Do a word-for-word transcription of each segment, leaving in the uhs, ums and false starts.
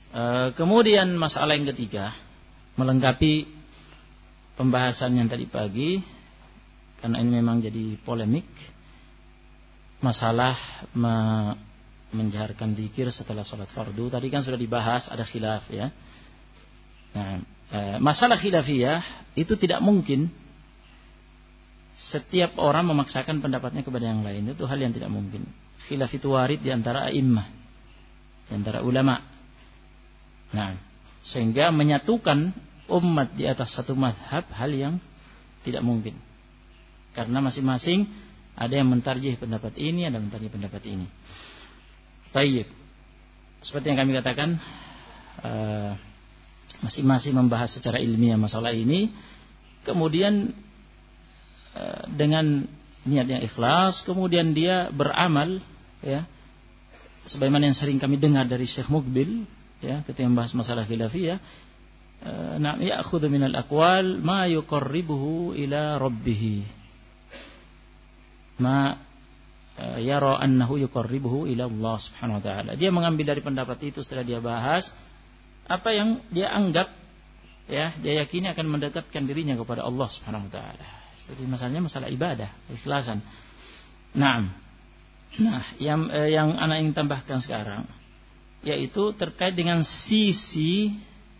E, kemudian masalah yang ketiga, melengkapi pembahasan yang tadi pagi, karena ini memang jadi polemik, masalah me, menjaharkan zikir setelah sholat fardu. Tadi kan sudah dibahas, ada khilaf ya. Nah, e, masalah khilafiyah itu tidak mungkin setiap orang memaksakan pendapatnya kepada yang lain. Itu hal yang tidak mungkin. Khilaf itu warid di antara a'immah, di antara ulama. Nah, sehingga menyatukan umat di atas satu mazhab hal yang tidak mungkin. Karena masing-masing ada yang mentarjih pendapat ini, ada yang mentarjih pendapat ini. Tayyib. Seperti yang kami katakan, uh, masing-masing membahas secara ilmiah masalah ini, kemudian uh, dengan niat yang ikhlas, kemudian dia beramal, ya, sebagaimana yang sering kami dengar dari Syekh Muqbil, ya, ketika membahas masalah khilafiyah, nah, ya'khudhu minal aqwal ma yuqarribuhu ila rabbih, ma yara annahu yuqarribuhu ila Allah subhanahu wa ta'ala. Dia mengambil dari pendapat itu setelah dia bahas apa yang dia anggap, ya, dia yakini akan mendekatkan dirinya kepada Allah subhanahu wa ta'ala. Jadi masalahnya masalah ibadah, ikhlasan. Nah, nah yang eh, yang anak ingin tambahkan sekarang, yaitu terkait dengan sisi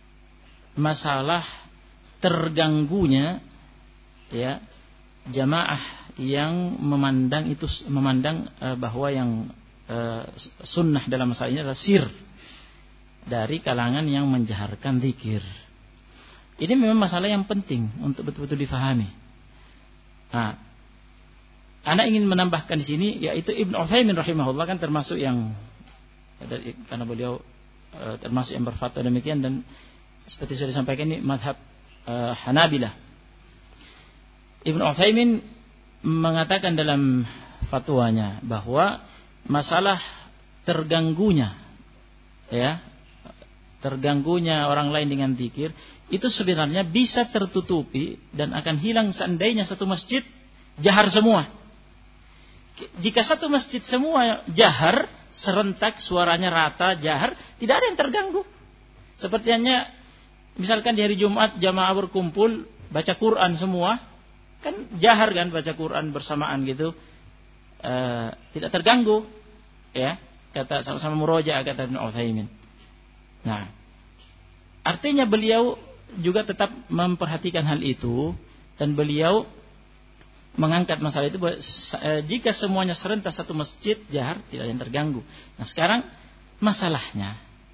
masalah terganggunya, ya, jamaah yang memandang itu memandang uh, bahwa yang uh, sunnah dalam masalah ini adalah sir dari kalangan yang menjaharkan zikir. Ini memang masalah yang penting untuk betul-betul difahami. Nah, anak ingin menambahkan di sini, yaitu Ibnu Utsaimin rahimahullah kan termasuk yang, karena beliau uh, termasuk yang berfatwa demikian, dan seperti sudah disampaikan ini madhab uh, Hanabilah. Ibnu Utsaimin mengatakan dalam fatwanya bahwa masalah terganggunya, ya, terganggunya orang lain dengan zikir itu sebenarnya bisa tertutupi dan akan hilang seandainya satu masjid jahar semua. Jika satu masjid semua jahar serentak, suaranya rata, jahar, tidak ada yang terganggu. Seperti hanya misalkan di hari Jumat jamaah berkumpul baca Quran semua, kan jahar kan baca Quran bersamaan gitu, e, tidak terganggu, ya, kata sama-sama murojaah kata Ibnu Utsaimin. Nah, artinya beliau juga tetap memperhatikan hal itu, dan beliau mengangkat masalah itu bahwa, e, jika semuanya serentak satu masjid jahar tidak ada yang terganggu. Nah, sekarang masalahnya,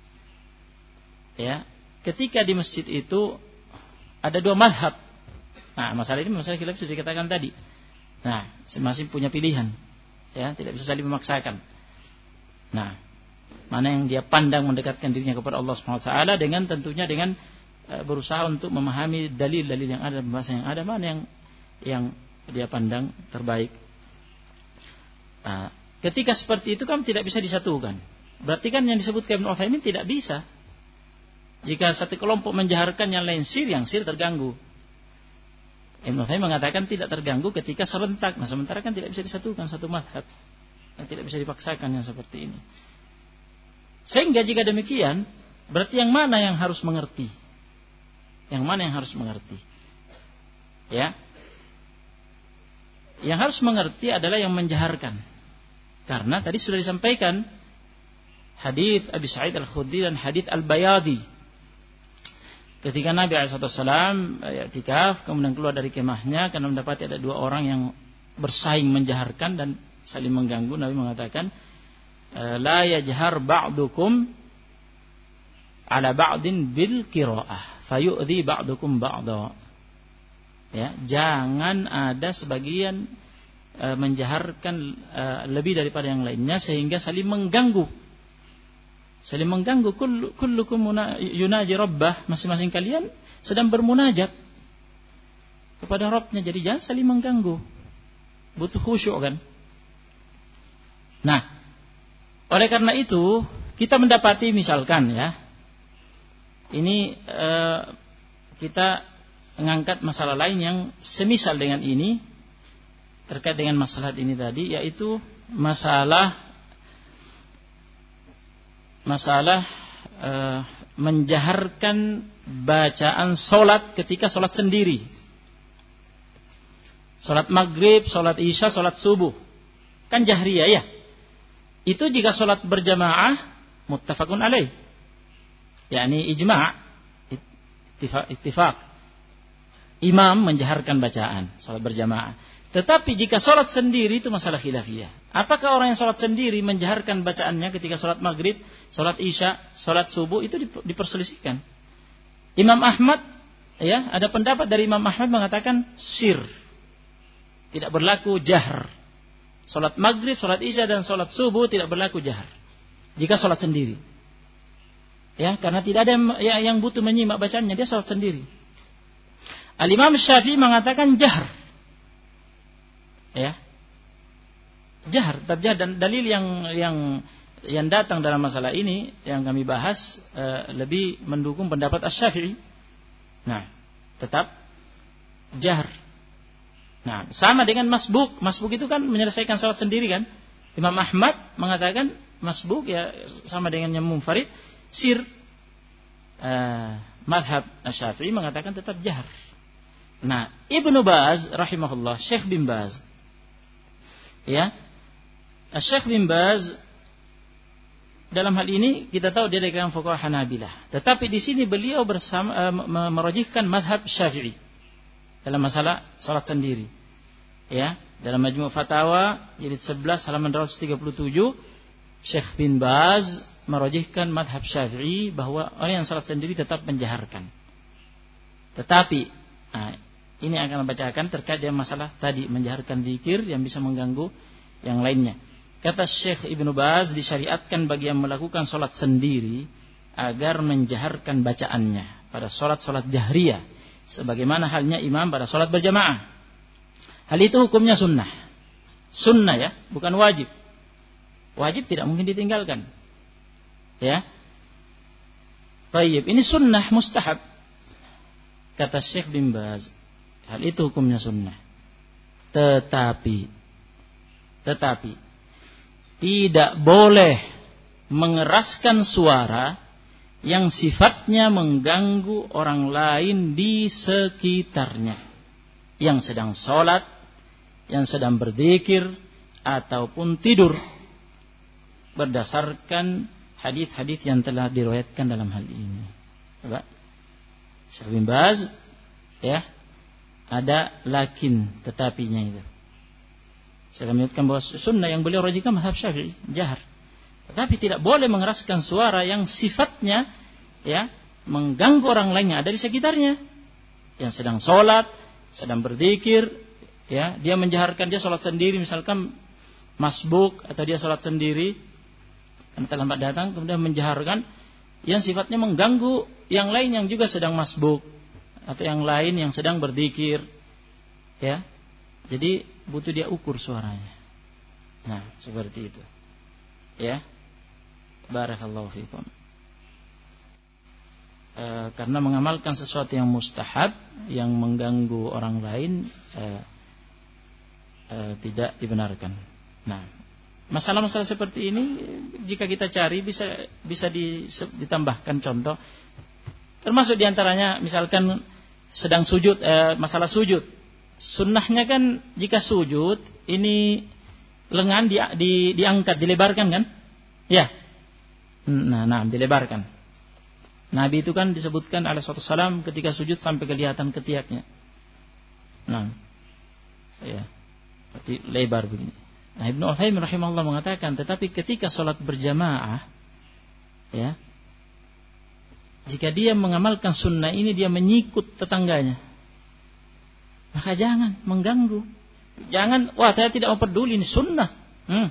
ya, ketika di masjid itu ada dua mazhab. Nah, masalah ini masalah khilaf sudah dikatakan tadi. Nah, masing-masing punya pilihan, ya, tidak bisa saling memaksakan. Nah, mana yang dia pandang mendekatkan dirinya kepada Allah subhanahu wa taala, dengan tentunya dengan e, berusaha untuk memahami dalil-dalil yang ada, bahasa yang ada, mana yang yang dia pandang terbaik. Nah, ketika seperti itu kan tidak bisa disatukan. Berarti kan yang disebutkan Ibnu Utsaimin tidak bisa. Jika satu kelompok menjaharkan yang lain sir, yang sir terganggu. Ibnu Utsaimin mengatakan tidak terganggu ketika serentak. Nah, sementara kan tidak bisa disatukan satu mazhab. Yang tidak bisa dipaksakan yang seperti ini. Sehingga jika demikian, berarti yang mana yang harus mengerti? Yang mana yang harus mengerti? Ya. Yang harus mengerti adalah yang menjaharkan. Karena tadi sudah disampaikan hadits Abi Sa'id Al-Khudri dan hadits Al-Bayadi. Ketika Nabi shallallahu alaihi wasallam i'tikaf, kemudian keluar dari kemahnya karena mendapati ada dua orang yang bersaing menjaharkan dan saling mengganggu, Nabi mengatakan, la yajhar ba'dukum ala ba'din bil qira'ah fayu'dhi ba'dukum ba'da. Ya, jangan ada sebagian e, menjaharkan e, lebih daripada yang lainnya sehingga saling mengganggu. Saling mengganggu. Kull, kullukum yunaji rabbah, masing-masing kalian sedang bermunajat kepada Rabbnya, jadi jangan saling mengganggu. Butuh khusyuk kan. Nah, oleh karena itu kita mendapati misalkan, ya, ini e, kita mengangkat masalah lain yang semisal dengan ini terkait dengan masalah ini tadi, yaitu masalah masalah uh, menjaharkan bacaan solat ketika solat sendiri. Solat maghrib, solat isya, solat subuh. Kan jahriyah ya. Itu jika solat berjamaah, muttafaqun alaih. yakni ijma', ittifaq, ittifaq. Imam menjaharkan bacaan salat berjamaah. Tetapi jika salat sendiri itu masalah khilafiyah. Apakah orang yang salat sendiri menjaharkan bacaannya ketika salat maghrib, salat isya, salat subuh itu diperselisihkan. Imam Ahmad, ya, ada pendapat dari Imam Ahmad mengatakan sir, tidak berlaku jahr. Salat maghrib, salat isya dan salat subuh tidak berlaku jahr jika salat sendiri. Ya, karena tidak ada yang, yang butuh menyimak bacaannya, dia salat sendiri. Al-Imam Syafi'i mengatakan jahr. Ya. Jahr, tabjah, dan dalil yang yang yang datang dalam masalah ini yang kami bahas uh, lebih mendukung pendapat Asy-Syafi'i. Nah, tetap jahr. Nah, sama dengan masbuk. Masbuk itu kan menyelesaikan salat sendiri kan? Imam Ahmad mengatakan masbuk ya sama dengan yang munfarid, sir. Uh, Madhab Asy-Syafi'i mengatakan tetap jahr. Nah, Ibnu Baz rahimahullah, Syekh bin Baz, ya, Syekh bin Baz dalam hal ini kita tahu dia dari kalangan fuqaha Hanabilah, tetapi di sini beliau bersama uh, merajihkan madhab Syafi'i dalam masalah salat sendiri. Ya, dalam Majmu' Fatawa jilid sebelas halaman dua ratus tiga puluh tujuh, Syekh bin Baz merajihkan madhab Syafi'i bahwa orang yang salat sendiri tetap menjaharkan. Tetapi nah, ini akan membacakan terkait dengan masalah tadi menjaharkan zikir yang bisa mengganggu yang lainnya. Kata Syekh Ibnu Baz, disyariatkan bagi yang melakukan salat sendiri agar menjaharkan bacaannya pada salat-salat jahriyah, sebagaimana halnya imam pada salat berjamaah. Hal itu hukumnya sunnah. Sunnah ya, bukan wajib. Wajib tidak mungkin ditinggalkan. Ya. Baik, ini sunnah mustahab. Kata Syekh bin Baz, hal itu hukumnya sunnah. Tetapi, tetapi tidak boleh mengeraskan suara yang sifatnya mengganggu orang lain di sekitarnya, yang sedang sholat, yang sedang berzikir, ataupun tidur, berdasarkan hadis-hadis yang telah diriwayatkan dalam hal ini. Coba. Syekh bin Baz, ya, ada lakin tetapinya itu. Saya menyebutkan bahwa sunnah yang beliau rajihkan mazhab Syafi'i, jahar. Tetapi tidak boleh mengeraskan suara yang sifatnya ya mengganggu orang lain yang ada di sekitarnya, yang sedang sholat, sedang berzikir, ya, dia menjaharkan, dia sholat sendiri, misalkan masbuk atau dia sholat sendiri karena terlambat datang, kemudian menjaharkan yang sifatnya mengganggu yang lain yang juga sedang masbuk atau yang lain yang sedang berzikir, ya. Jadi butuh dia ukur suaranya. Nah, seperti itu. Ya. Barakallahu fikum. E, karena mengamalkan sesuatu yang mustahab yang mengganggu orang lain e, e, tidak dibenarkan. Nah, masalah-masalah seperti ini jika kita cari bisa bisa ditambahkan contoh. Termasuk diantaranya misalkan sedang sujud, eh, masalah sujud. Sunnahnya kan jika sujud ini lengan di, di, diangkat, dilebarkan kan? Ya. Nah, nah, dilebarkan. Nabi itu kan disebutkan alaihi wasallam ketika sujud sampai kelihatan ketiaknya. Nah, ya, berarti lebar begini. Nah, Ibnu Utsaimin rahimahullah mengatakan, tetapi ketika sholat berjamaah, ya, jika dia mengamalkan sunnah ini dia menyikut tetangganya, maka jangan mengganggu. Jangan, wah saya tidak mau peduli ini sunnah. Hmm.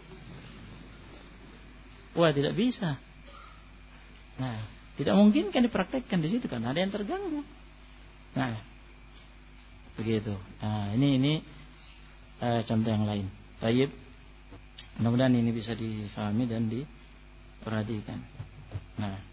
Wah tidak bisa. Nah, tidak mungkin kan dipraktekkan di situ kan ada yang terganggu. Nah, begitu. Nah, ini ini uh, contoh yang lain. Tayyib. Mudah-mudahan ini bisa difahami dan diperhatikan. Nah.